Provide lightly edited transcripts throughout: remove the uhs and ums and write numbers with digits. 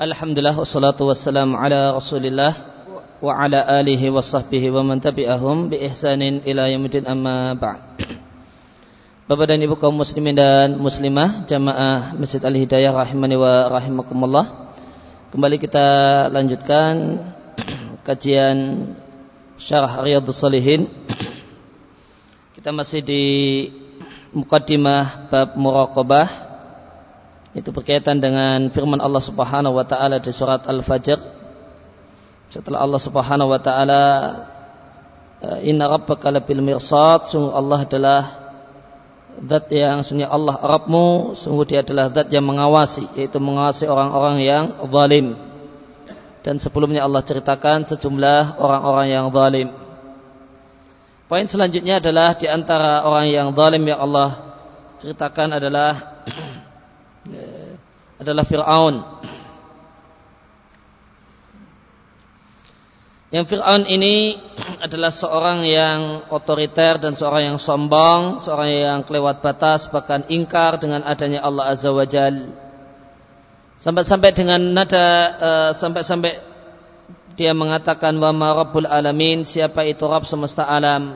Alhamdulillah wassalatu wassalamu ala Rasulillah wa ala alihi wa sahbihi wa man tabi'ahum bi ihsanin ila yaumil amma ba'd. Bapak dan Ibu kaum muslimin dan muslimah jamaah Masjid Al-Hidayah rahimani wa rahimakumullah. Kembali kita lanjutkan kajian Syarah Riyadhus Shalihin. Kita masih di muqaddimah bab muraqabah. Itu berkaitan dengan firman Allah Subhanahu wa taala di surat Al-Fajr. Setelah Allah Subhanahu wa taala inna rabbaka labil mirsad, sungguh Allah adalah zat yang sungguh Allah Rabbmu, sungguh dia adalah zat yang mengawasi, yaitu mengawasi orang-orang yang zalim. Dan sebelumnya Allah ceritakan sejumlah orang-orang yang zalim. Poin selanjutnya adalah di antara orang yang zalim yang Allah ceritakan adalah Fir'aun. Yang Fir'aun ini adalah seorang yang otoriter dan seorang yang sombong, seorang yang kelewat batas, bahkan ingkar dengan adanya Allah Azza wa Jal. Sampai-sampai dengan sampai-sampai dia mengatakan wa ma rabbul alamin, siapa itu Rabb semesta alam.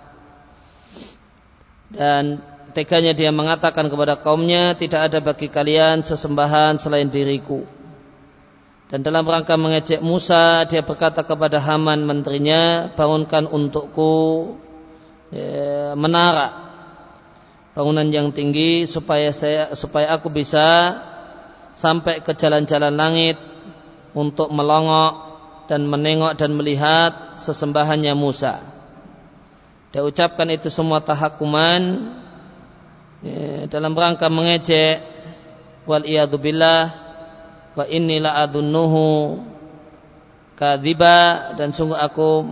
Dan teganya dia mengatakan kepada kaumnya, tidak ada bagi kalian sesembahan selain diriku. Dan dalam rangka mengejek Musa, dia berkata kepada Haman menterinya, bangunkan untukku menara, bangunan yang tinggi supaya aku bisa sampai ke jalan-jalan langit untuk melongok dan menengok dan melihat sesembahannya Musa. Dia ucapkan itu semua tahakuman dalam rangka mengejek, wal iyadu billah, wa inni la adunnuhu kadziba, dan sungguh aku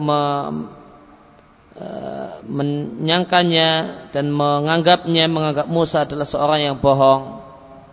menyangkanya dan menganggap Musa adalah seorang yang bohong.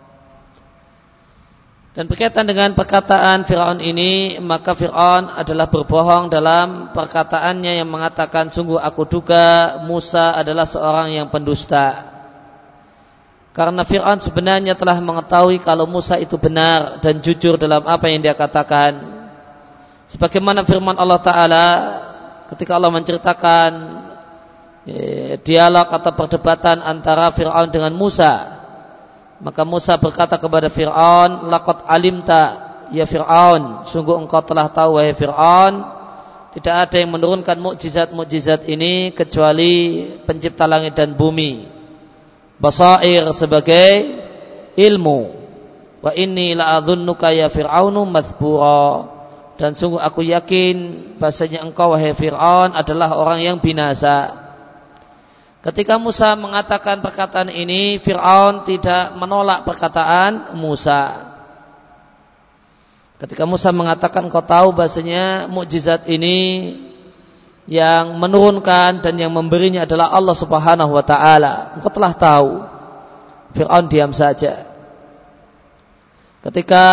Dan berkaitan dengan perkataan Fir'aun ini, maka Fir'aun adalah berbohong dalam perkataannya yang mengatakan, sungguh aku duga Musa adalah seorang yang pendusta. Karena Fir'aun sebenarnya telah mengetahui kalau Musa itu benar dan jujur dalam apa yang dia katakan. Sebagaimana firman Allah Ta'ala ketika Allah menceritakan dialog atau perdebatan antara Fir'aun dengan Musa. Maka Musa berkata kepada Fir'aun, laqad alimta ya Fir'aun, sungguh engkau telah tahu wahai Fir'aun, tidak ada yang menurunkan mukjizat-mukjizat ini kecuali pencipta langit dan bumi, basair sebagai ilmu. Wa inni la'adhunnuka ya Fir'aunu mathbura, dan sungguh aku yakin bahasanya engkau wahai Fir'aun adalah orang yang binasa. Ketika Musa mengatakan perkataan ini, Fir'aun tidak menolak perkataan Musa. Ketika Musa mengatakan engkau tahu bahasanya mukjizat ini yang menurunkan dan yang memberinya adalah Allah Subhanahu wa taala, engkau telah tahu. Fir'aun diam saja. Ketika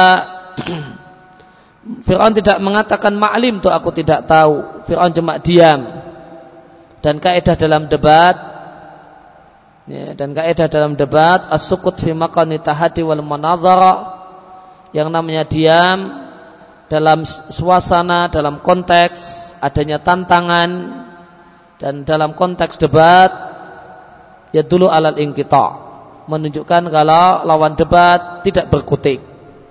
Fir'aun tidak mengatakan ma'lim tu aku tidak tahu, Fir'aun cuma diam. Dan kaidah dalam debat as-sukut fi maqani tahaddi wal munadhara, yang namanya diam dalam suasana, dalam konteks adanya tantangan, dan dalam konteks debat ya dulu alal inqita, menunjukkan kalau lawan debat tidak berkutik,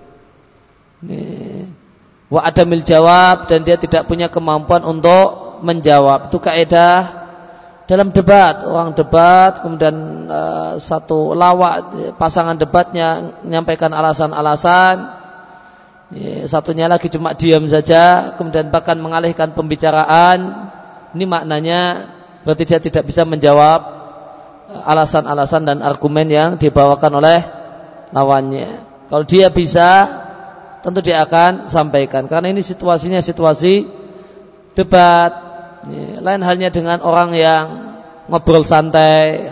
wa adamil jawab, dan dia tidak punya kemampuan untuk menjawab. Itu kaidah dalam debat. Orang debat kemudian satu lawak pasangan debatnya menyampaikan alasan-alasan, satunya lagi cuma diam saja, kemudian bahkan mengalihkan pembicaraan. Ini maknanya berarti dia tidak bisa menjawab alasan-alasan dan argumen yang dibawakan oleh lawannya. Kalau dia bisa, tentu dia akan sampaikan, karena ini situasinya situasi debat. Lain halnya dengan orang yang ngobrol santai,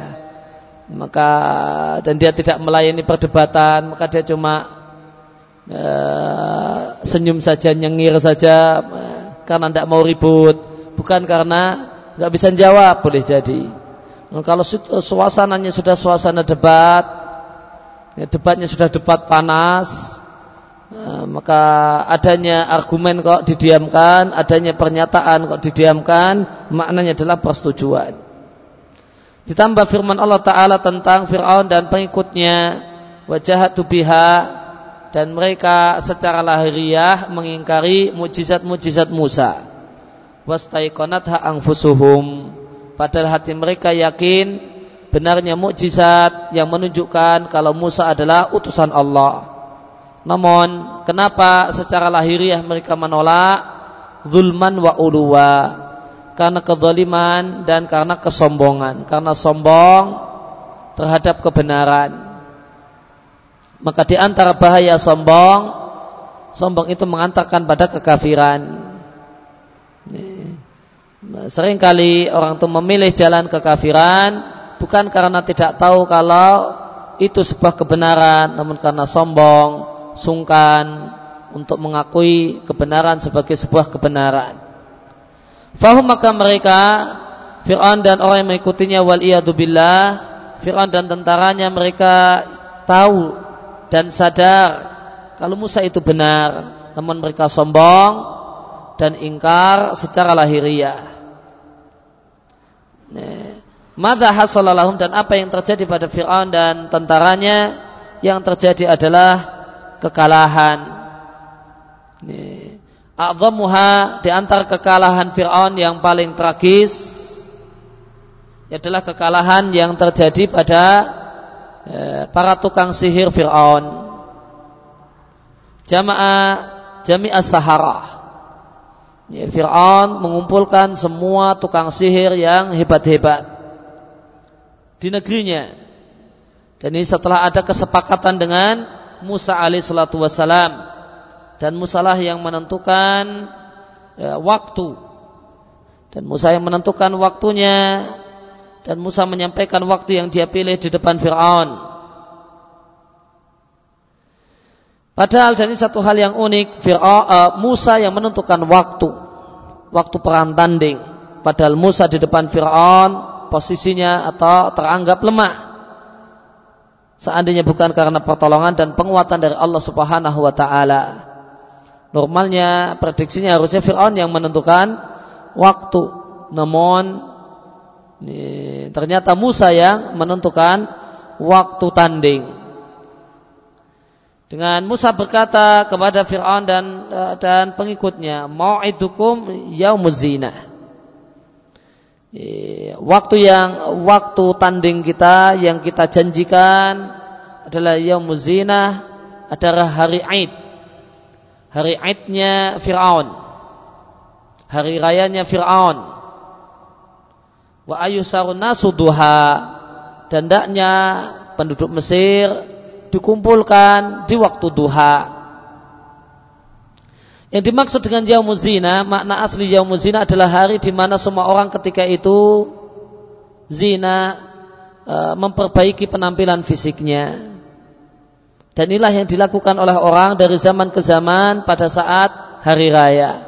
dan dia tidak melayani perdebatan, maka dia cuma senyum saja, nyengir saja, karena tidak mau ribut, bukan karena nggak bisa jawab. Boleh jadi kalau suasananya sudah suasana debat, debatnya sudah debat panas, maka adanya argumen kok didiamkan, adanya pernyataan kok didiamkan, maknanya adalah persetujuan. Ditambah firman Allah Ta'ala tentang Fir'aun dan pengikutnya, wajahatu biha, dan mereka secara lahiriah mengingkari mukjizat-mukjizat Musa. Wastaiqanatha anfusuhum, padahal hati mereka yakin benarnya mukjizat yang menunjukkan kalau Musa adalah utusan Allah. Namun kenapa secara lahiriah mereka menolak? Zulman wa uluwa, karena kezaliman dan karena kesombongan, karena sombong terhadap kebenaran. Maka di antara bahaya sombong itu mengantarkan pada kekafiran. Seringkali orang itu memilih jalan kekafiran bukan karena tidak tahu kalau itu sebuah kebenaran, namun karena sombong, sungkan untuk mengakui kebenaran sebagai sebuah kebenaran. Fahum, maka mereka Fir'aun dan orang yang mengikutinya, wal iyadu billah, Fir'aun dan tentaranya, mereka tahu dan sadar kalau Musa itu benar, namun mereka sombong dan ingkar secara lahiriah. Madza hasala lahum, dan apa yang terjadi pada Fir'aun dan tentaranya? Yang terjadi adalah kekalahan. A'dhamuha, di antara kekalahan Fir'aun yang paling tragis adalah kekalahan yang terjadi pada para tukang sihir Fir'aun. Jami'as Sahara. Fir'aun mengumpulkan semua tukang sihir yang hebat-hebat di negerinya. Dan ini setelah ada kesepakatan dengan Musa alaihi salatu wassalam, dan Musa lah yang menentukan waktu, dan Musa yang menentukan waktunya, dan Musa menyampaikan waktu yang dia pilih di depan Fir'aun. Padahal dan ini satu hal yang unik, Musa yang menentukan waktu perang tanding. Padahal Musa di depan Fir'aun posisinya atau teranggap lemah. Seandainya bukan karena pertolongan dan penguatan dari Allah Subhanahu wa ta'ala. Normalnya prediksinya harusnya Fir'aun yang menentukan waktu. Namun ternyata Musa yang menentukan waktu tanding. Dengan Musa berkata kepada Fir'aun dan pengikutnya, mau'idukum yaumuz zinah. Waktu tanding kita yang kita janjikan adalah yaumuz zinah, adalah hari Aid. Hari Aidnya Fir'aun, hari rayanya Fir'aun. Wa ayyusarun nasu duha, dan hendaknya penduduk Mesir dikumpulkan di waktu duha. Yang dimaksud dengan yaumuz zina, makna asli yaumuz zina adalah hari di mana semua orang ketika itu zina, memperbaiki penampilan fisiknya. Dan inilah yang dilakukan oleh orang dari zaman ke zaman pada saat hari raya.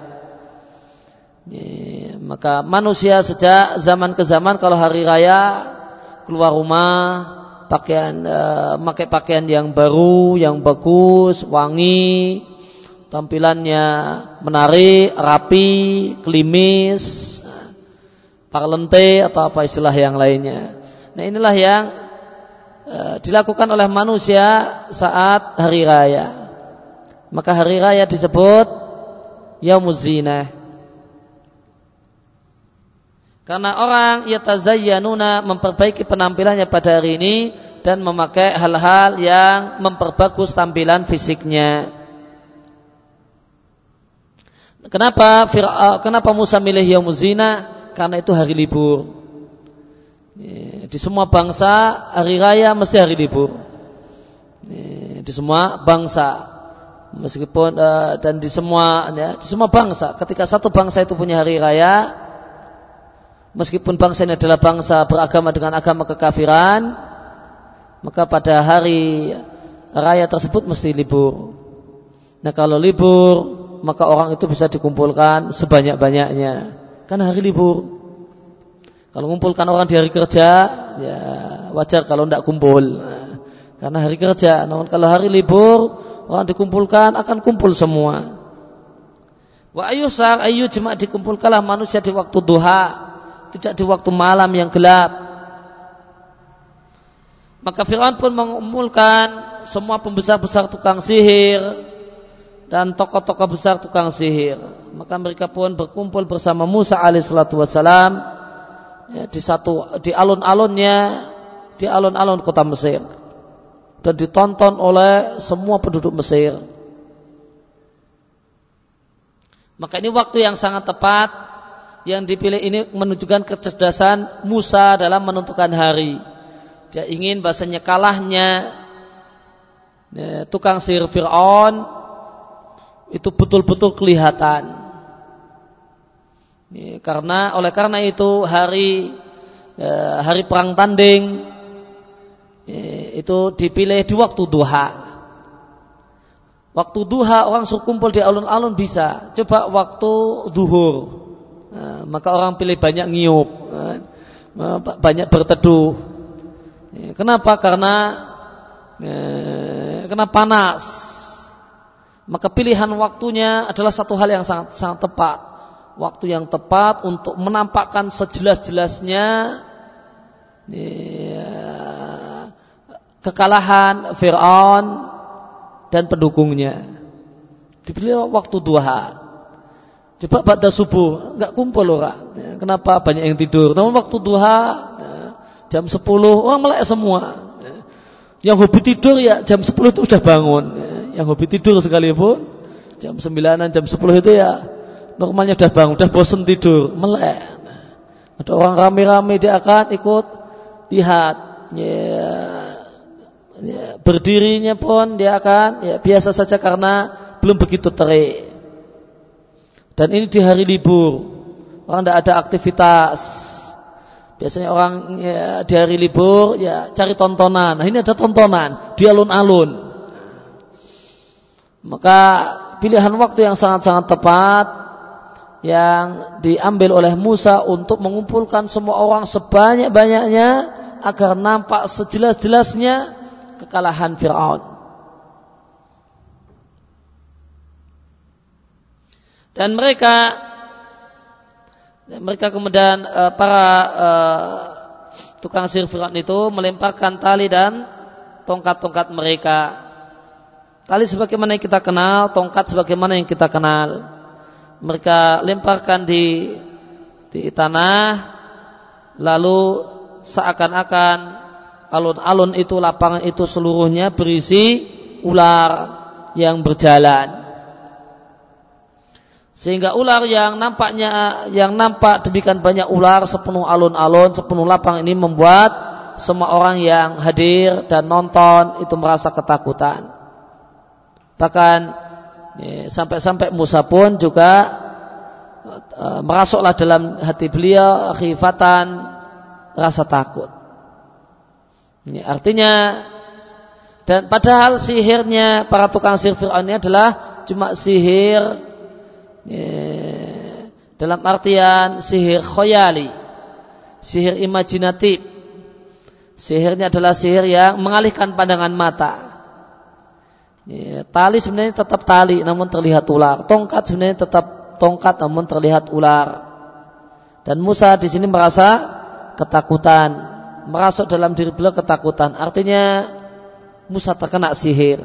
Maka manusia sejak zaman ke zaman kalau hari raya keluar rumah, pakai pakaian yang baru, yang bagus, wangi, tampilannya menarik, rapi, klimis, parlente atau apa istilah yang lainnya. Nah, inilah yang dilakukan oleh manusia saat hari raya. Maka hari raya disebut yaumuz zinah. Karena orang yatazayyanuna, memperbaiki penampilannya pada hari ini dan memakai hal-hal yang memperbagus tampilan fisiknya. Kenapa Musa milih yaumuz zinah? Karena itu hari libur. Di semua bangsa hari raya mesti hari libur. Di semua bangsa, meskipun dan di semua bangsa, ketika satu bangsa itu punya hari raya, meskipun bangsa ini adalah bangsa beragama dengan agama kekafiran, maka pada hari raya tersebut mesti libur. Nah, kalau libur, maka orang itu bisa dikumpulkan sebanyak-banyaknya, kan hari libur. Kalau mengumpulkan orang di hari kerja, ya wajar kalau tidak kumpul, karena hari kerja. Namun kalau hari libur, orang dikumpulkan akan kumpul semua. Wa ayyusar jemaah dikumpulkanlah manusia di waktu duha, tidak di waktu malam yang gelap. Maka Fir'aun pun mengumpulkan semua pembesar-besar tukang sihir dan tokoh-tokoh besar tukang sihir. Maka mereka pun berkumpul bersama Musa alaihissalatu wassalam di alun-alun kota Mesir dan ditonton oleh semua penduduk Mesir. Maka ini waktu yang sangat tepat yang dipilih ini menunjukkan kecerdasan Musa dalam menentukan hari. Dia ingin bahasanya kalahnya tukang sihir Fir'aun itu betul-betul kelihatan. Oleh karena itu hari perang tanding itu dipilih di waktu duha. Waktu duha orang suruh kumpul di alun-alun bisa. Coba waktu zuhur, maka orang pilih banyak ngiup, banyak berteduh. Kenapa? Karena panas. Maka pilihan waktunya adalah satu hal yang sangat tepat. Waktu yang tepat untuk menampakkan sejelas-jelasnya kekalahan Fir'aun dan pendukungnya. Dipilih waktu duha. Coba pada subuh enggak kumpul orang. Kenapa? Banyak yang tidur. Namun waktu duha jam 10 orang melek semua. Yang hobi tidur ya jam 10 itu sudah bangun. Yang hobi tidur sekalipun jam 9-an, jam 10 itu ya normalnya sudah bangun, sudah bosan tidur, melek. Ada orang rame-rame dia akan ikut lihat. Berdirinya pun dia akan biasa saja karena belum begitu terik. Dan ini di hari libur, orang tidak ada aktivitas. Biasanya orang di hari libur cari tontonan. Nah, ini ada tontonan di alun-alun. Maka pilihan waktu yang sangat-sangat tepat yang diambil oleh Musa untuk mengumpulkan semua orang sebanyak-banyaknya agar nampak sejelas-jelasnya kekalahan Fir'aun. Dan mereka kemudian para tukang sihir Fir'aun itu melemparkan tali dan tongkat-tongkat mereka. Tali sebagaimana yang kita kenal, tongkat sebagaimana yang kita kenal. Mereka lemparkan di tanah, lalu seakan-akan alun-alun itu, lapangan itu seluruhnya berisi ular yang berjalan. Sehingga ular yang nampak demikian banyak ular sepenuh alun-alun, sepenuh lapang ini membuat semua orang yang hadir dan nonton itu merasa ketakutan. Bahkan sampai-sampai Musa pun juga merasuklah dalam hati beliau khifatan, rasa takut. Ini artinya, dan padahal sihirnya para tukang sihir Fir'aun ini adalah cuma sihir dalam artian sihir khayali, sihir imajinatif. Sihirnya adalah sihir yang mengalihkan pandangan mata. Tali sebenarnya tetap tali namun terlihat ular. Tongkat sebenarnya tetap tongkat namun terlihat ular. Dan Musa di sini merasa ketakutan, merasuk dalam diri beliau ketakutan. Artinya Musa terkena sihir.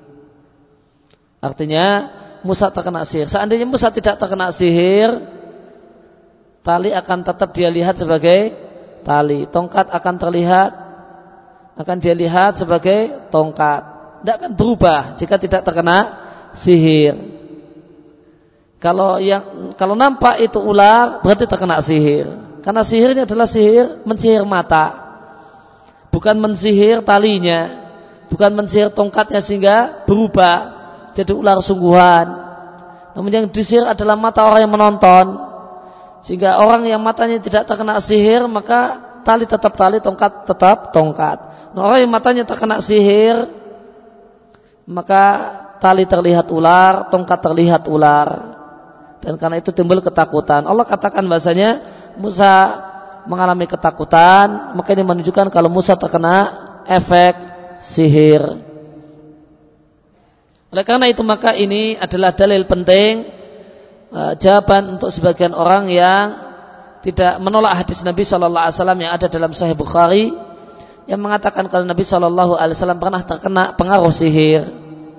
Artinya Musa terkena sihir. Seandainya Musa tidak terkena sihir, tali akan tetap dia lihat sebagai tali. Tongkat akan dia lihat sebagai tongkat. Tidak akan berubah jika tidak terkena sihir. Kalau nampak itu ular, berarti terkena sihir. Karena sihirnya adalah mensihir mata, bukan mensihir talinya, bukan mensihir tongkatnya sehingga berubah jadi ular sungguhan. Namun yang disihir adalah mata orang yang menonton, sehingga orang yang matanya tidak terkena sihir maka tali tetap tali, tongkat tetap tongkat. Nah, orang yang matanya terkena sihir maka tali terlihat ular, tongkat terlihat ular. Dan karena itu timbul ketakutan. Allah katakan bahasanya Musa mengalami ketakutan, maka ini menunjukkan kalau Musa terkena efek sihir. Oleh karena itu maka ini adalah dalil penting, jawaban untuk sebagian orang yang tidak menolak hadis Nabi Shallallahu Alaihi Wasallam yang ada dalam Sahih Bukhari yang mengatakan kalau Nabi Shallallahu Alaihi Wasallam pernah terkena pengaruh sihir.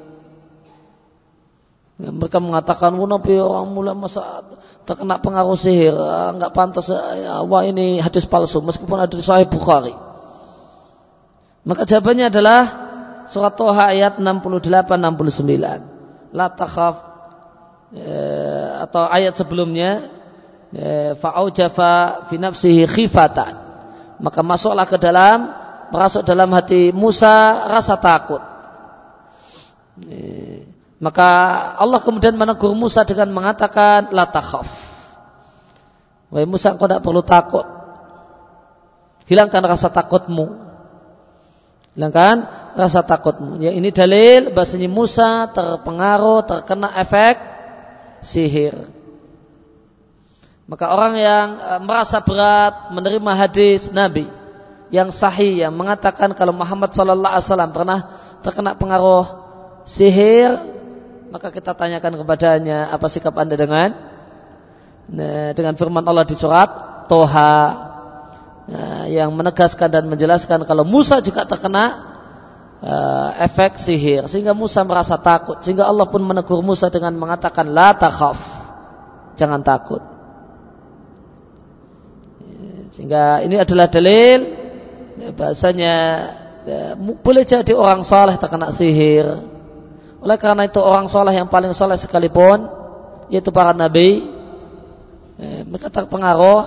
Ya, mereka mengatakan Nabi orang mulai masa terkena pengaruh sihir, enggak pantas, wah ini hadis palsu meskipun ada di Sahih Bukhari. Maka jawabannya adalah surat Toha ayat 68-69. La takhaf, atau ayat sebelumnya, fa'aujafa fi nafsihi khifatan. Maka masuklah ke dalam, merasuk dalam hati Musa rasa takut. Maka Allah kemudian menegur Musa dengan mengatakan la takhaf. Wahai Musa, engkau tidak perlu takut. Hilangkan rasa takutmu. Hilangkan rasa takutmu. Ya, ini dalil bahasanya Musa terpengaruh, terkena efek sihir. Maka orang yang merasa berat menerima hadis Nabi yang sahih yang mengatakan kalau Muhammad sallallahu alaihi wasallam pernah terkena pengaruh sihir, maka kita tanyakan kepadanya, apa sikap Anda dengan firman Allah di surat Toha yang menegaskan dan menjelaskan kalau Musa juga terkena efek sihir, sehingga Musa merasa takut, sehingga Allah pun menegur Musa dengan mengatakan la takhaf, jangan takut. Sehingga ini adalah dalil bahasanya boleh jadi orang saleh terkena sihir. Oleh karena itu orang saleh yang paling saleh sekalipun, yaitu para nabi, mereka terpengaruh,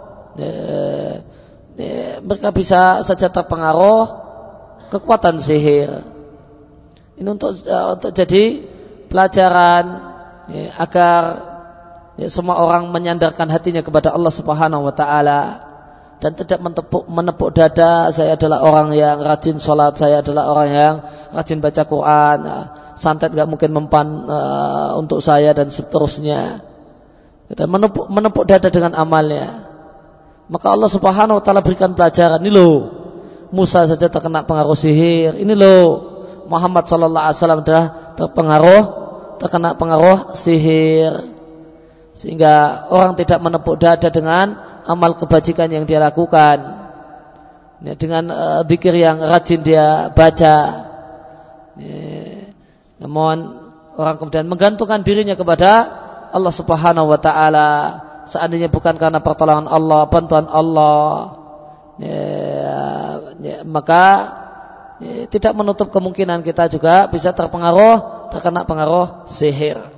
mereka bisa saja terpengaruh kekuatan sihir. Ini untuk jadi pelajaran, agar semua orang menyandarkan hatinya kepada Allah Subhanahu wa taala dan tidak menepuk dada, saya adalah orang yang rajin sholat, saya adalah orang yang rajin baca Quran, santet gak mungkin mempan untuk saya, dan seterusnya. Dan menepuk dada dengan amalnya. Maka Allah Subhanahu wa taala berikan pelajaran, ini loh Musa saja terkena pengaruh sihir, ini loh Muhammad sallallahu alaihi wasallam sudah terkena pengaruh sihir. Sehingga orang tidak menepuk dada dengan amal kebajikan yang dia lakukan, dengan zikir yang rajin dia baca. Namun orang kemudian menggantungkan dirinya kepada Allah Subhanahu wa taala, seandainya bukan karena pertolongan Allah, bantuan Allah, maka tidak menutup kemungkinan kita juga bisa terkena pengaruh sihir.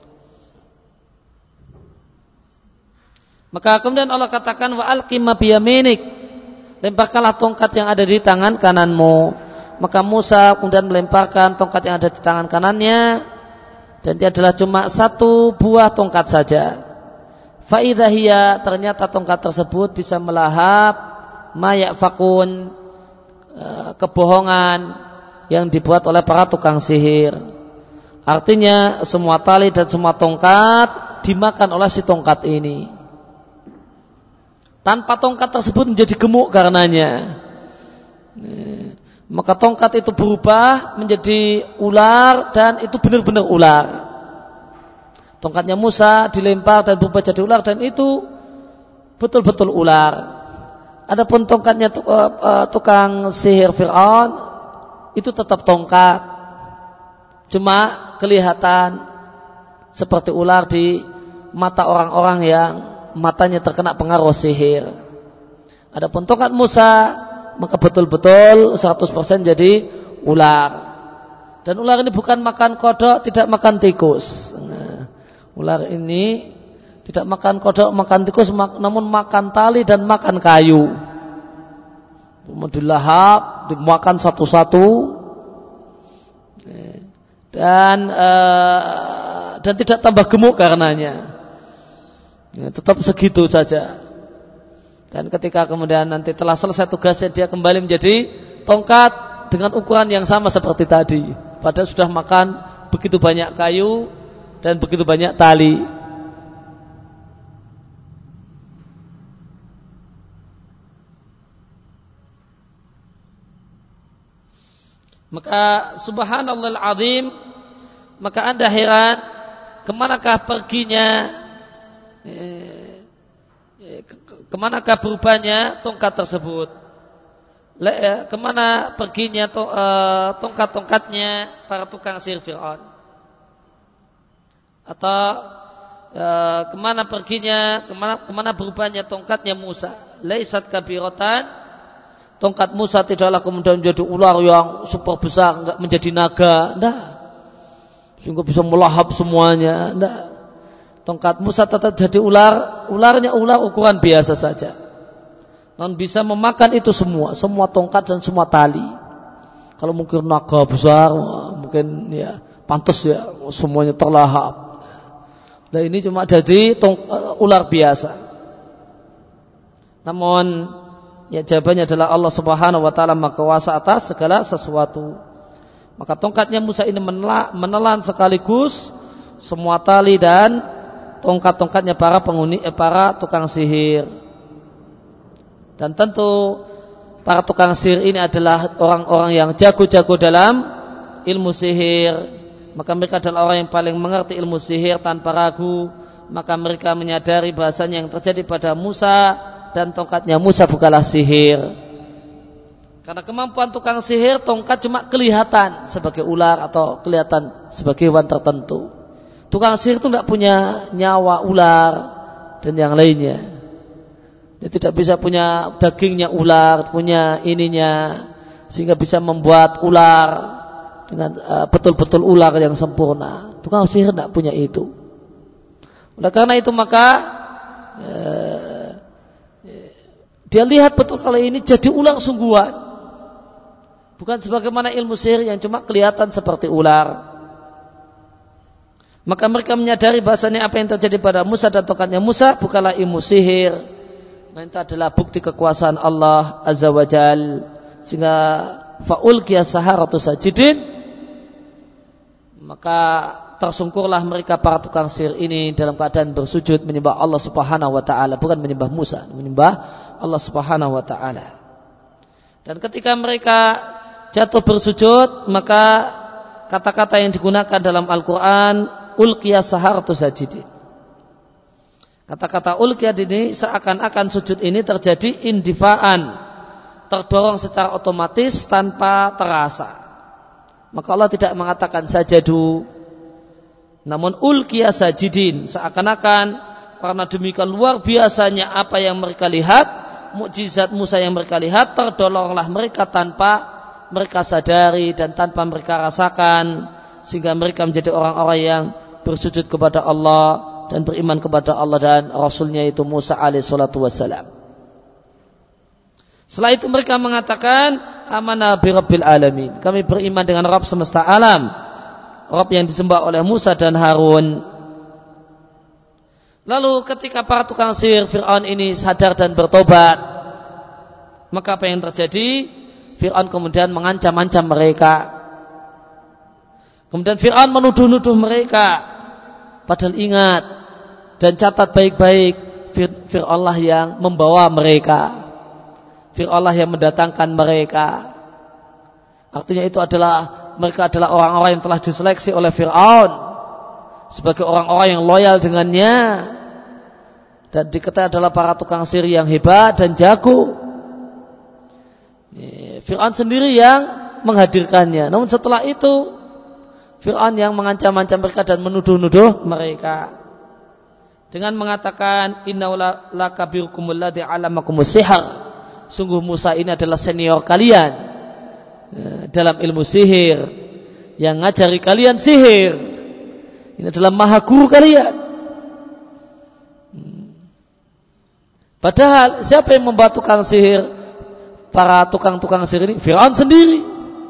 Maka kemudian Allah katakan wa alqi ma biyaminik, lemparkanlah tongkat yang ada di tangan kananmu. Maka Musa kemudian melemparkan tongkat yang ada di tangan kanannya, dan dia adalah cuma satu buah tongkat saja. Fa idza hiya, ternyata tongkat tersebut bisa melahap ma ya'fakun, kebohongan yang dibuat oleh para tukang sihir. Artinya semua tali dan semua tongkat dimakan oleh si tongkat ini. Tanpa tongkat tersebut menjadi gemuk karenanya. Maka tongkat itu berubah menjadi ular, dan itu benar-benar ular. Tongkatnya Musa dilempar dan berubah jadi ular, dan itu betul-betul ular. Adapun tongkatnya tukang sihir Fir'aun, itu tetap tongkat, cuma kelihatan seperti ular di mata orang-orang yang matanya terkena pengaruh sihir. Adapun tongkat Musa, maka betul-betul 100% jadi ular. Dan ular ini bukan makan kodok, tidak makan tikus. Ular ini tidak makan kodok, makan tikus, namun makan tali dan makan kayu. Kemudian dilahap, dimakan satu-satu, dan tidak tambah gemuk karenanya. Tetap segitu saja. Dan ketika kemudian nanti telah selesai tugasnya, dia kembali menjadi tongkat dengan ukuran yang sama seperti tadi. Padahal sudah makan begitu banyak kayu dan begitu banyak tali. Maka subhanallahil azim, maka Anda heran kemanakah perginya, kemanakah berubahnya tongkat tersebut, kemana perginya tongkat-tongkatnya para tukang sihir Fir'aun, atau kemana perginya, kemana berubahnya tongkatnya Musa. Laisat kabiratan, tongkat Musa tidaklah kemudian menjadi ular yang super besar, enggak menjadi naga, enggak, sehingga bisa melahap semuanya, enggak. Tongkat Musa tetap jadi ularnya ular ukuran biasa saja, non bisa memakan itu semua tongkat dan semua tali. Kalau mungkin naga besar, mungkin ya pantas ya semuanya terlahap. Nah ini cuma jadi ular biasa. Namun ya jawabannya adalah Allah Subhanahu wa taala Maha Kuasa atas segala sesuatu. Maka tongkatnya Musa ini menelan sekaligus semua tali dan tongkat-tongkatnya para tukang sihir. Dan tentu para tukang sihir ini adalah orang-orang yang jago-jago dalam ilmu sihir. Maka mereka adalah orang yang paling mengerti ilmu sihir tanpa ragu. Maka mereka menyadari bahasanya yang terjadi pada Musa dan tongkatnya Musa bukanlah sihir. Karena kemampuan tukang sihir, tongkat cuma kelihatan sebagai ular atau kelihatan sebagai hewan tertentu. Tukang sihir itu tidak punya nyawa ular dan yang lainnya. Dia tidak bisa punya dagingnya ular, punya ininya, sehingga bisa membuat ular dengan betul-betul ular yang sempurna. Tukang sihir tidak punya itu. Oleh karena itu maka dia lihat betul kalau ini jadi ular sungguhan, bukan sebagaimana ilmu sihir yang cuma kelihatan seperti ular. Maka mereka menyadari bahasanya apa yang terjadi pada Musa dan tongkatnya Musa bukanlah ilmu sihir, nah, itu adalah bukti kekuasaan Allah Azza wa Jal. Sehingga fa'ulqiya saharatu sajidin, maka tersungkurlah mereka para tukang sihir ini dalam keadaan bersujud menyembah Allah Subhanahu wa taala, bukan menyembah Musa, menyembah Allah Subhanahu wa taala. Dan ketika mereka jatuh bersujud, maka kata-kata yang digunakan dalam Al-Qur'an ulqiya saharatu sajidin. Kata-kata ulqiya ini seakan-akan sujud ini terjadi indifaan, terdorong secara otomatis tanpa terasa. Maka Allah tidak mengatakan sajadu, namun ulqiya sajidin, seakan-akan karena demikian luar biasanya apa yang mereka lihat, mukjizat Musa yang mereka lihat, terdolonglah mereka tanpa mereka sadari dan tanpa mereka rasakan, sehingga mereka menjadi orang-orang yang bersujud kepada Allah dan beriman kepada Allah dan Rasulnya itu Musa alaihi salatu wassalam. Setelah itu mereka mengatakan amanah bi rabbil alamin, kami beriman dengan Rabb semesta alam, Rabb yang disembah oleh Musa dan Harun. Lalu ketika para tukang sihir Fir'aun ini sadar dan bertobat, maka apa yang terjadi? Fir'aun kemudian mengancam-ancam mereka. Kemudian Fir'aun menuduh-nuduh mereka. Padahal ingat dan catat baik-baik, Fir'aunlah yang membawa mereka, Fir'aunlah yang mendatangkan mereka. Artinya itu adalah mereka adalah orang-orang yang telah diseleksi oleh Fir'aun sebagai orang-orang yang loyal dengannya, dan diketahui adalah para tukang sihir yang hebat dan jago. Fir'aun sendiri yang menghadirkannya. Namun setelah itu Fir'aun yang mengancam-ancam mereka dan menuduh-nuduh mereka dengan mengatakan inna lakabirukumul ladzi 'allamakumus sihr, sungguh Musa ini adalah senior kalian dalam ilmu sihir, yang ngajari kalian sihir. Ini adalah maha guru kalian. Padahal siapa yang membuat tukang sihir, para tukang-tukang sihir ini? Fir'aun sendiri.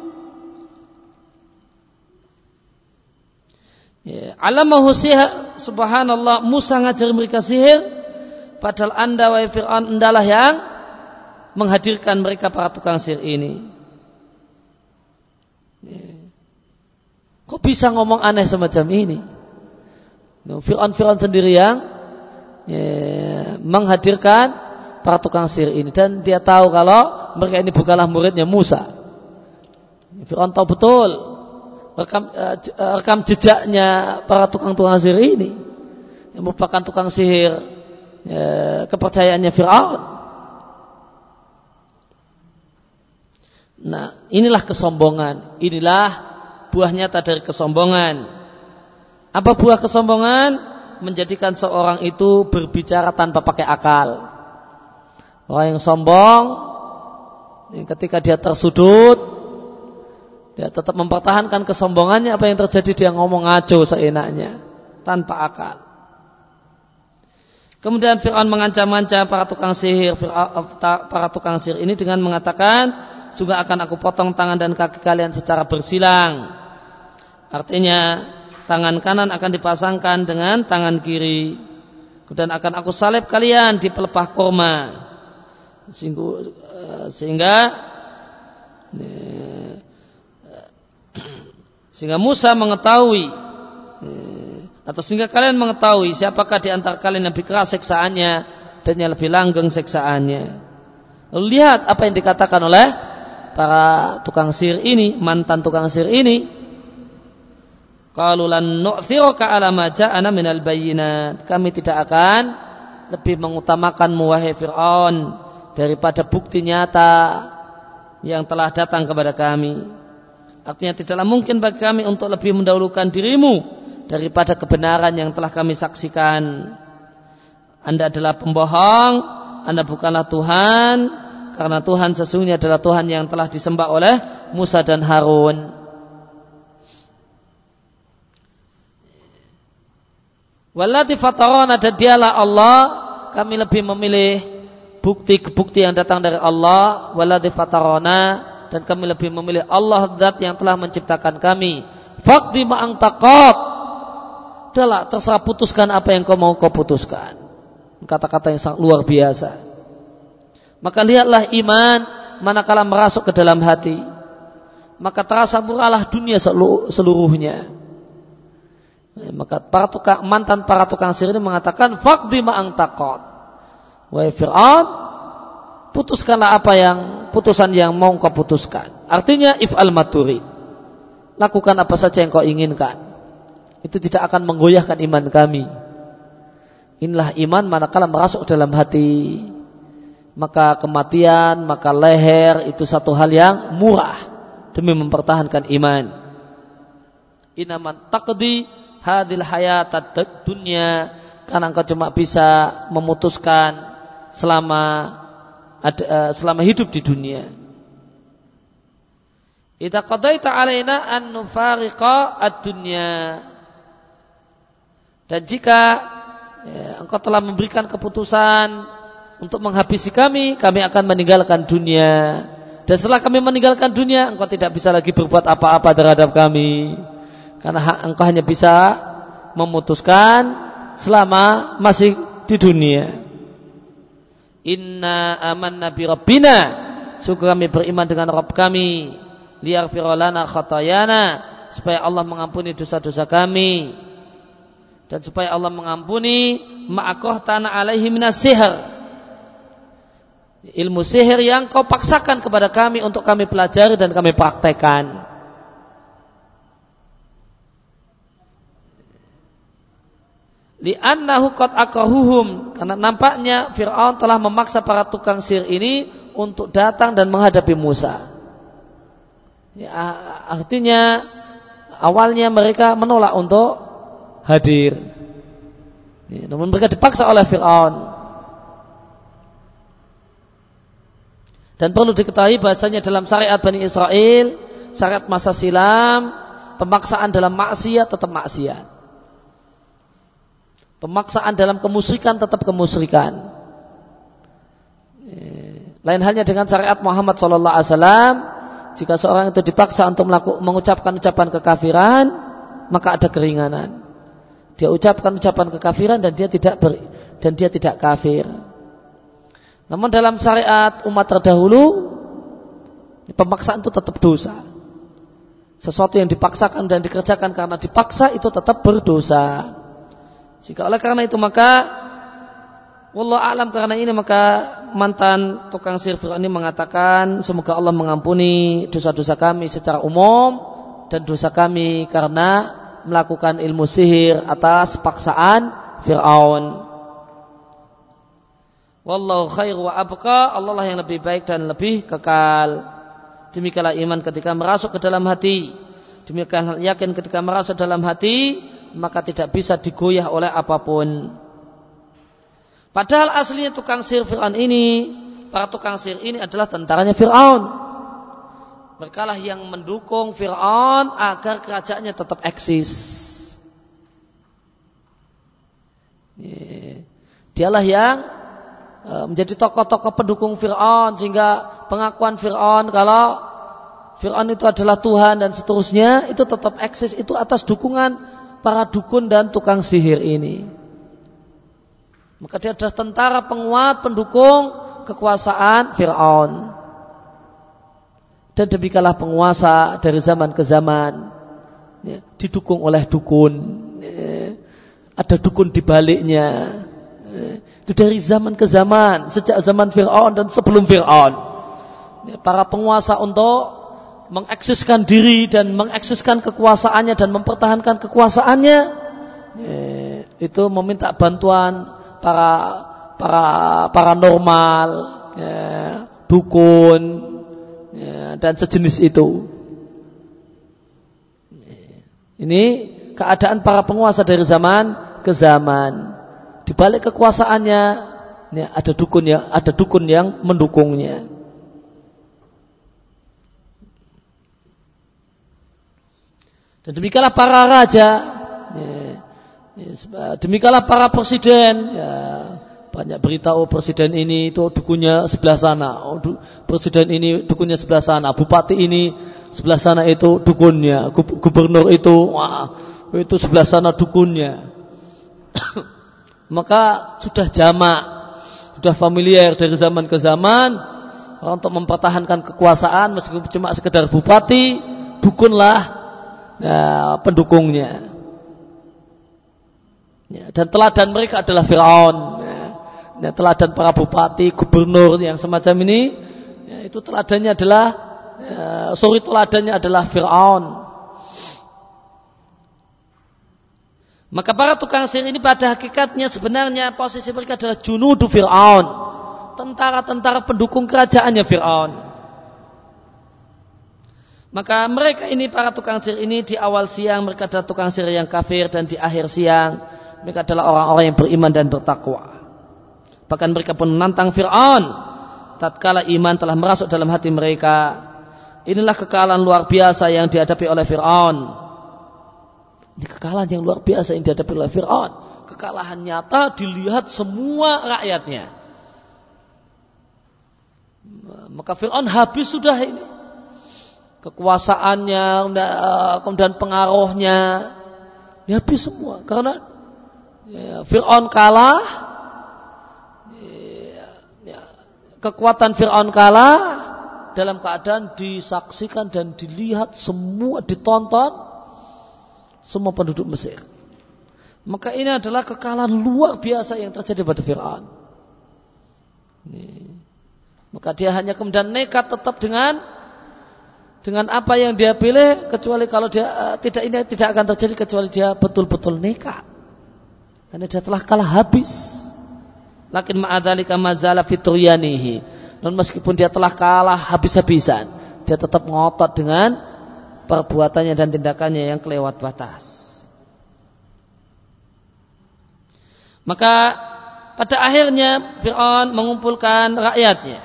Alamahu sihir, subhanallah, Musa ngajari mereka sihir, padahal anda wahai Fir'aun endalah yang menghadirkan mereka para tukang sihir ini. Kok bisa ngomong aneh semacam ini? Fir'aun sendiri yang menghadirkan para tukang sihir ini, dan dia tahu kalau mereka ini bukanlah muridnya Musa. Fir'aun tahu betul rekam jejaknya para tukang-tukang sihir ini, yang merupakan tukang sihir kepercayaannya Fir'aun. Nah, inilah kesombongan, inilah buah nyata dari kesombongan. Apa buah kesombongan? Menjadikan seorang itu berbicara tanpa pakai akal. Orang yang sombong, ketika dia tersudut, dia tetap mempertahankan kesombongannya. Apa yang terjadi? Dia ngomong ngaco seenaknya, tanpa akal. Kemudian Fir'aun mengancam-ancam para tukang sihir. Para tukang sihir ini dengan mengatakan, sungguh akan aku potong tangan dan kaki kalian secara bersilang. Artinya, tangan kanan akan dipasangkan dengan tangan kiri. Kemudian akan aku salib kalian di pelepah kurma. Sehingga Musa mengetahui, atau sehingga kalian mengetahui siapakah di antara kalian yang lebih keras siksaannya dan yang lebih langgeng siksaannya. Lalu lihat apa yang dikatakan oleh para tukang sihir ini, mantan tukang sihir ini. Qalu lan nu'thiraka 'ala ma ja'ana minal bayyinat. Kami tidak akan lebih mengutamakanmu wahai Fir'aun daripada bukti nyata yang telah datang kepada kami. Artinya tidaklah mungkin bagi kami untuk lebih mendahulukan dirimu daripada kebenaran yang telah kami saksikan. Anda adalah pembohong, Anda bukanlah Tuhan, karena Tuhan sesungguhnya adalah Tuhan yang telah disembah oleh Musa dan Harun. Wallati fatarana, dan dialah Allah, kami lebih memilih bukti-bukti yang datang dari Allah. Wallati fatarana, dan kami lebih memilih Allah zat yang telah menciptakan kami. Faqdi ma antaqat, adalah terserah putuskan apa yang kau mau kau putuskan. Kata-kata yang sangat luar biasa. Maka lihatlah iman manakala merasuk ke dalam hati, maka terasa murahlah dunia seluruhnya. Maka mantan para tukang sihir ini mengatakan faqdi ma antaqat. Wahai Fir'aun, putuskanlah putusan yang mau kau putuskan. Artinya if'al maturi, lakukan apa saja yang kau inginkan. Itu tidak akan menggoyahkan iman kami. Inilah iman manakala merasuk dalam hati. Maka kematian, maka leher itu satu hal yang murah demi mempertahankan iman. Inaman taqdi hadil hayatad dunya, karena engkau cuma bisa memutuskan selama hidup di dunia. Idza qadaita alaina an nufariqa ad-dunya, dan jika engkau telah memberikan keputusan untuk menghabisi kami akan meninggalkan dunia. Dan setelah kami meninggalkan dunia, engkau tidak bisa lagi berbuat apa-apa terhadap kami, karena engkau hanya bisa memutuskan selama masih di dunia. Inna amanna bi rabbina, sungguh kami beriman dengan Rabb kami, liyaghfira lana khatayana, supaya Allah mengampuni dosa-dosa kami, dan supaya Allah mengampuni ma'aqahtana alaihi minas sihr, ilmu sihir yang kau paksakan kepada kami untuk kami pelajari dan kami praktekkan. Li'annahu qad akrahuhum, karena nampaknya Fir'aun telah memaksa para tukang sihir ini untuk datang dan menghadapi Musa. Ya, artinya awalnya mereka menolak untuk hadir, ya, namun mereka dipaksa oleh Fir'aun. Dan perlu diketahui bahasanya dalam syariat Bani Israel, syariat masa silam, pemaksaan dalam maksiat tetap maksiat. Pemaksaan dalam kemusyrikan tetap kemusyrikan. Lain halnya dengan syariat Muhammad SAW. Jika seorang itu dipaksa untuk mengucapkan ucapan kekafiran, maka ada keringanan. Dia ucapkan ucapan kekafiran dan dia tidak kafir. Namun dalam syariat umat terdahulu, pemaksaan itu tetap dosa. Sesuatu yang dipaksakan dan dikerjakan karena dipaksa itu tetap berdosa. Jika oleh karena itu maka wallahu a'lam, karena ini maka mantan tukang sihir Fir'aun ini mengatakan, semoga Allah mengampuni dosa-dosa kami secara umum dan dosa kami karena melakukan ilmu sihir atas paksaan Fir'aun. Wallahu khairu wa abqa, Allah lah yang lebih baik dan lebih kekal. Demikianlah iman ketika merasuk ke dalam hati. Demikian yakin ketika merasuk dalam hati, maka tidak bisa digoyah oleh apapun. Padahal aslinya tukang sihir Fir'aun ini, para tukang sihir ini adalah tentaranya Fir'aun. Mereka lah yang mendukung Fir'aun agar kerajaannya tetap eksis. Dialah yang menjadi tokoh-tokoh pendukung Fir'aun, sehingga pengakuan Fir'aun kalau Fir'aun itu adalah Tuhan dan seterusnya itu tetap eksis, itu atas dukungan para dukun dan tukang sihir ini. Maka dia adalah tentara penguat pendukung kekuasaan Fir'aun. Dan demikianlah penguasa dari zaman ke zaman, didukung oleh dukun, ada dukun di baliknya. Itu dari zaman ke zaman, sejak zaman Fir'aun dan sebelum Fir'aun. Para penguasa untuk mengeksiskan diri dan mengeksiskan kekuasaannya dan mempertahankan kekuasaannya, itu meminta bantuan para paranormal, dukun, dan sejenis itu. Ini keadaan para penguasa dari zaman ke zaman. Di balik kekuasaannya ada dukun yang mendukungnya. Dan demikianlah para raja, demikianlah para presiden. Banyak berita, presiden ini itu dukunnya sebelah sana, presiden ini dukunnya sebelah sana, bupati ini sebelah sana itu dukunnya, gubernur itu itu sebelah sana dukunnya. Maka sudah jamak, sudah familiar dari zaman ke zaman untuk mempertahankan kekuasaan, meskipun cuma sekedar bupati, dukunlah pendukungnya. Dan teladan mereka adalah Fir'aun. Teladan para bupati, gubernur yang semacam ini, itu teladannya adalah teladannya adalah Fir'aun. Maka para tukang sihir ini pada hakikatnya sebenarnya posisi mereka adalah junudu Fir'aun, tentara-tentara pendukung kerajaannya Fir'aun. Maka mereka ini, para tukang sihir ini, di awal siang mereka adalah tukang sihir yang kafir, dan di akhir siang mereka adalah orang-orang yang beriman dan bertakwa. Bahkan mereka pun menantang Fir'aun tatkala iman telah merasuk dalam hati mereka. Inilah kekalahan luar biasa yang dihadapi oleh Fir'aun. Ini kekalahan yang luar biasa yang dihadapi oleh Fir'aun. Kekalahan nyata dilihat semua rakyatnya. Maka Fir'aun habis sudah ini. Kekuasaannya, kemudian pengaruhnya, ini habis semua. Karena Fir'aun kalah, kekuatan Fir'aun kalah dalam keadaan disaksikan dan dilihat semua, ditonton semua penduduk Mesir. Maka ini adalah kekalahan luar biasa yang terjadi pada Fir'aun. Maka dia hanya kemudian nekat tetap dengan apa yang dia pilih, kecuali kalau dia tidak akan terjadi kecuali dia betul-betul nekat. Karena dia telah kalah habis. Lakin ma'adzalika mazala fituryanihi. Dan meskipun dia telah kalah habis-habisan, dia tetap ngotot dengan perbuatannya dan tindakannya yang kelewat batas. Maka pada akhirnya Fir'aun mengumpulkan rakyatnya,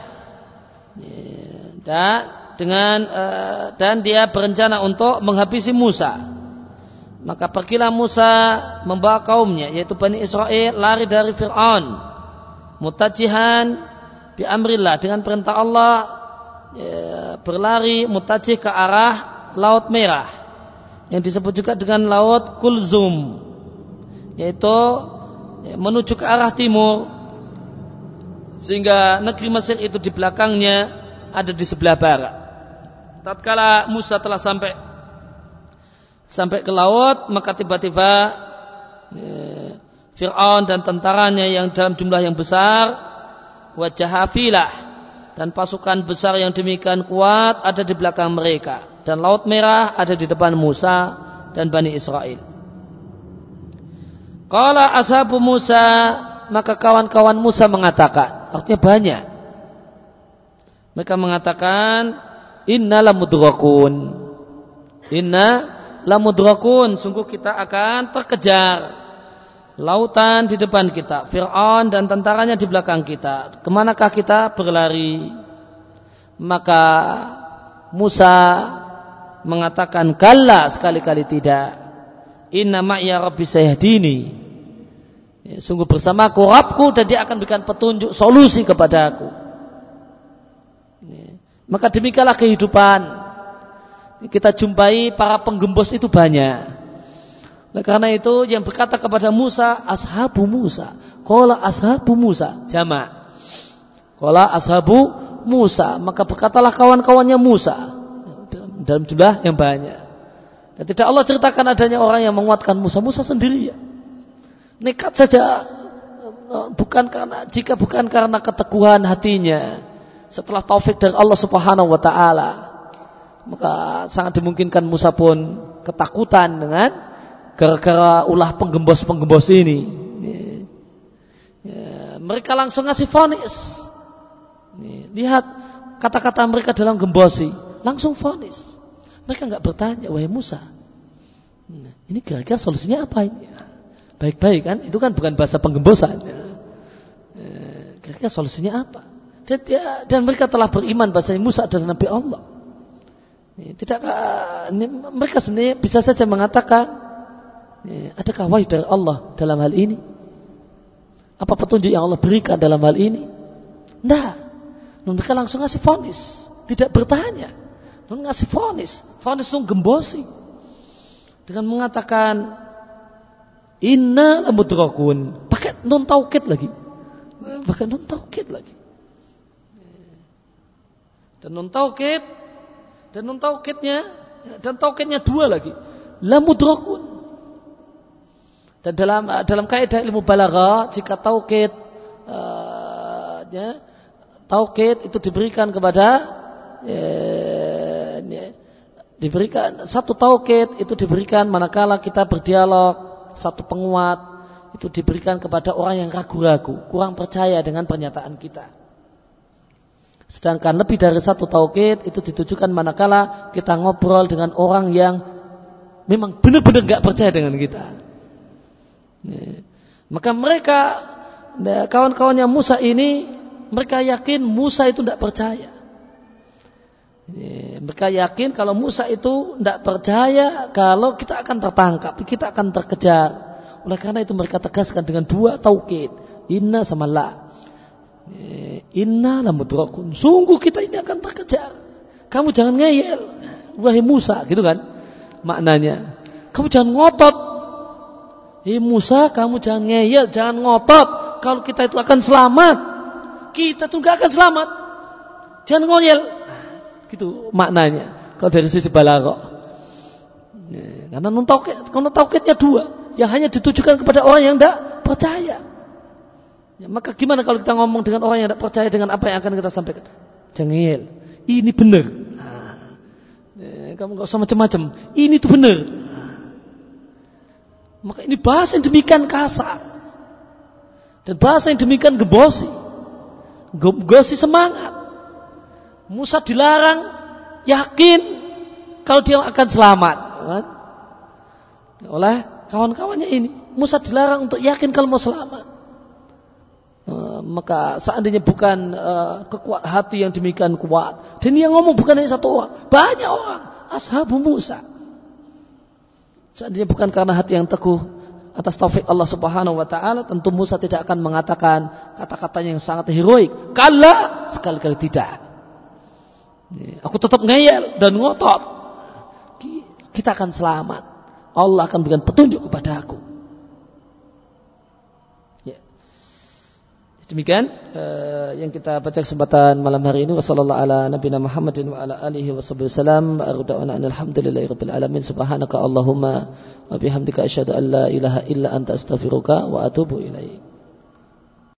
dan dia berencana untuk menghabisi Musa. Maka pergilah Musa membawa kaumnya, yaitu Bani Israel, lari dari Fir'aun, mutajihan bi amrillah, dengan perintah Allah, berlari mutajih ke arah Laut Merah, yang disebut juga dengan Laut Kulzum, yaitu menuju ke arah timur, sehingga negeri Mesir itu di belakangnya ada di sebelah barat. Tatkala Musa telah sampai ke laut, maka tiba-tiba Fir'aun dan tentaranya yang dalam jumlah yang besar, wajah hafilah, dan pasukan besar yang demikian kuat ada di belakang mereka. dan Laut Merah ada di depan Musa dan Bani Israel. Qala ashabu Musa, maka kawan-kawan Musa mengatakan, artinya banyak. Mereka mengatakan, inna lamudrakun. Inna lamudrakun, sungguh kita akan terkejar. Lautan di depan kita, Fir'aun dan tentaranya di belakang kita. Kemanakah kita berlari? Maka Musa mengatakan, kalla, sekali-kali tidak. Inna ma'ya rabbi sayahdini. Sungguh bersamaku Rabbku dan dia akan berikan petunjuk solusi kepada aku. Maka demikianlah kehidupan. Kita jumpai para penggembos itu banyak. Oleh karena itu yang berkata kepada Musa, ashabu Musa. Qala ashabu Musa, jamak. Qala ashabu Musa, maka berkatalah kawan-kawannya Musa dalam jumlah yang banyak. Dan tidak Allah ceritakan adanya orang yang menguatkan Musa. Musa sendirian. Nekat saja, jika bukan karena keteguhan hatinya setelah taufik dari Allah Subhanahu wa taala, maka sangat dimungkinkan Musa pun ketakutan dengan gara-gara ulah penggembos-penggembos ini. Mereka langsung ngasih vonis. Lihat kata-kata mereka dalam gembosi, langsung vonis. Mereka enggak bertanya, wahai Musa, ini kira-kira solusinya apa ini? Baik-baik kan, itu kan bukan bahasa penggembosan. Kira-kira solusinya apa? Dan mereka telah beriman bahasanya Musa adalah Nabi Allah. Mereka sebenarnya bisa saja mengatakan, adakah wahyu dari Allah dalam hal ini? Apa petunjuk yang Allah berikan dalam hal ini? Tidak. Mereka langsung ngasih vonis, tidak bertanya. Mereka ngasih vonis itu gembosi dengan mengatakan inna lamudrakun, pakai nun taukid lagi. Dan nun taukidnya dua lagi. Lamudrakun. Dan dalam kaidah ilmu balaghah, jika taukid itu diberikan kepada diberikan satu taukid itu diberikan manakala kita berdialog. Satu penguat itu diberikan kepada orang yang ragu-ragu, kurang percaya dengan pernyataan kita. Sedangkan lebih dari satu taukid itu ditujukan manakala kita ngobrol dengan orang yang memang benar-benar gak percaya dengan kita. Maka mereka, kawan-kawannya Musa ini, mereka yakin Musa itu tidak percaya. Mereka yakin kalau Musa itu tidak percaya kalau kita akan tertangkap, kita akan terkejar. Oleh karena itu mereka tegaskan dengan dua taukid, inna sama la. Inna lamudrakun, sungguh kita ini akan terkejar. Kamu jangan ngeyel, wahai Musa, gitu kan maknanya. Kamu jangan ngotot, Musa, kamu jangan ngeyel, jangan ngotot. Kalau kita itu akan selamat, kita tuh gak akan selamat. Jangan ngoyel. Gitu maknanya kalau dari sisi balaghah. Karena nun taukidnya dua, yang hanya ditujukan kepada orang yang tidak percaya. Maka gimana kalau kita ngomong dengan orang yang tidak percaya dengan apa yang akan kita sampaikan? Jangan ngeyel, ini benar. Kamu gak usah macam-macam, ini tuh benar. Maka ini bahasa yang demikian kasar dan bahasa yang demikian gembosi semangat. Musa dilarang yakin kalau dia akan selamat oleh kawan-kawannya ini. Musa dilarang untuk yakin kalau mau selamat. Maka seandainya bukan hati yang demikian kuat, dan yang ngomong bukan hanya satu orang, banyak orang, ashabu Musa. Seandainya bukan karena hati yang teguh atas taufik Allah Subhanahu wa taala, tentu Musa tidak akan mengatakan kata-kata yang sangat heroik. Kalla, sekali-kali tidak. Aku tetap ngeyel dan ngotot. Kita akan selamat. Allah akan berikan petunjuk kepada aku. Ya. Demikian yang kita baca kesempatan malam hari ini. Wassallallahu ala nabiyina Muhammadin wa ala alihi wasallam. Alhamdulillahirabbil alamin. Subhanaka Allahumma wa bihamdika asyhadu an la ilaha illa anta astaghfiruka wa atubu ilaik.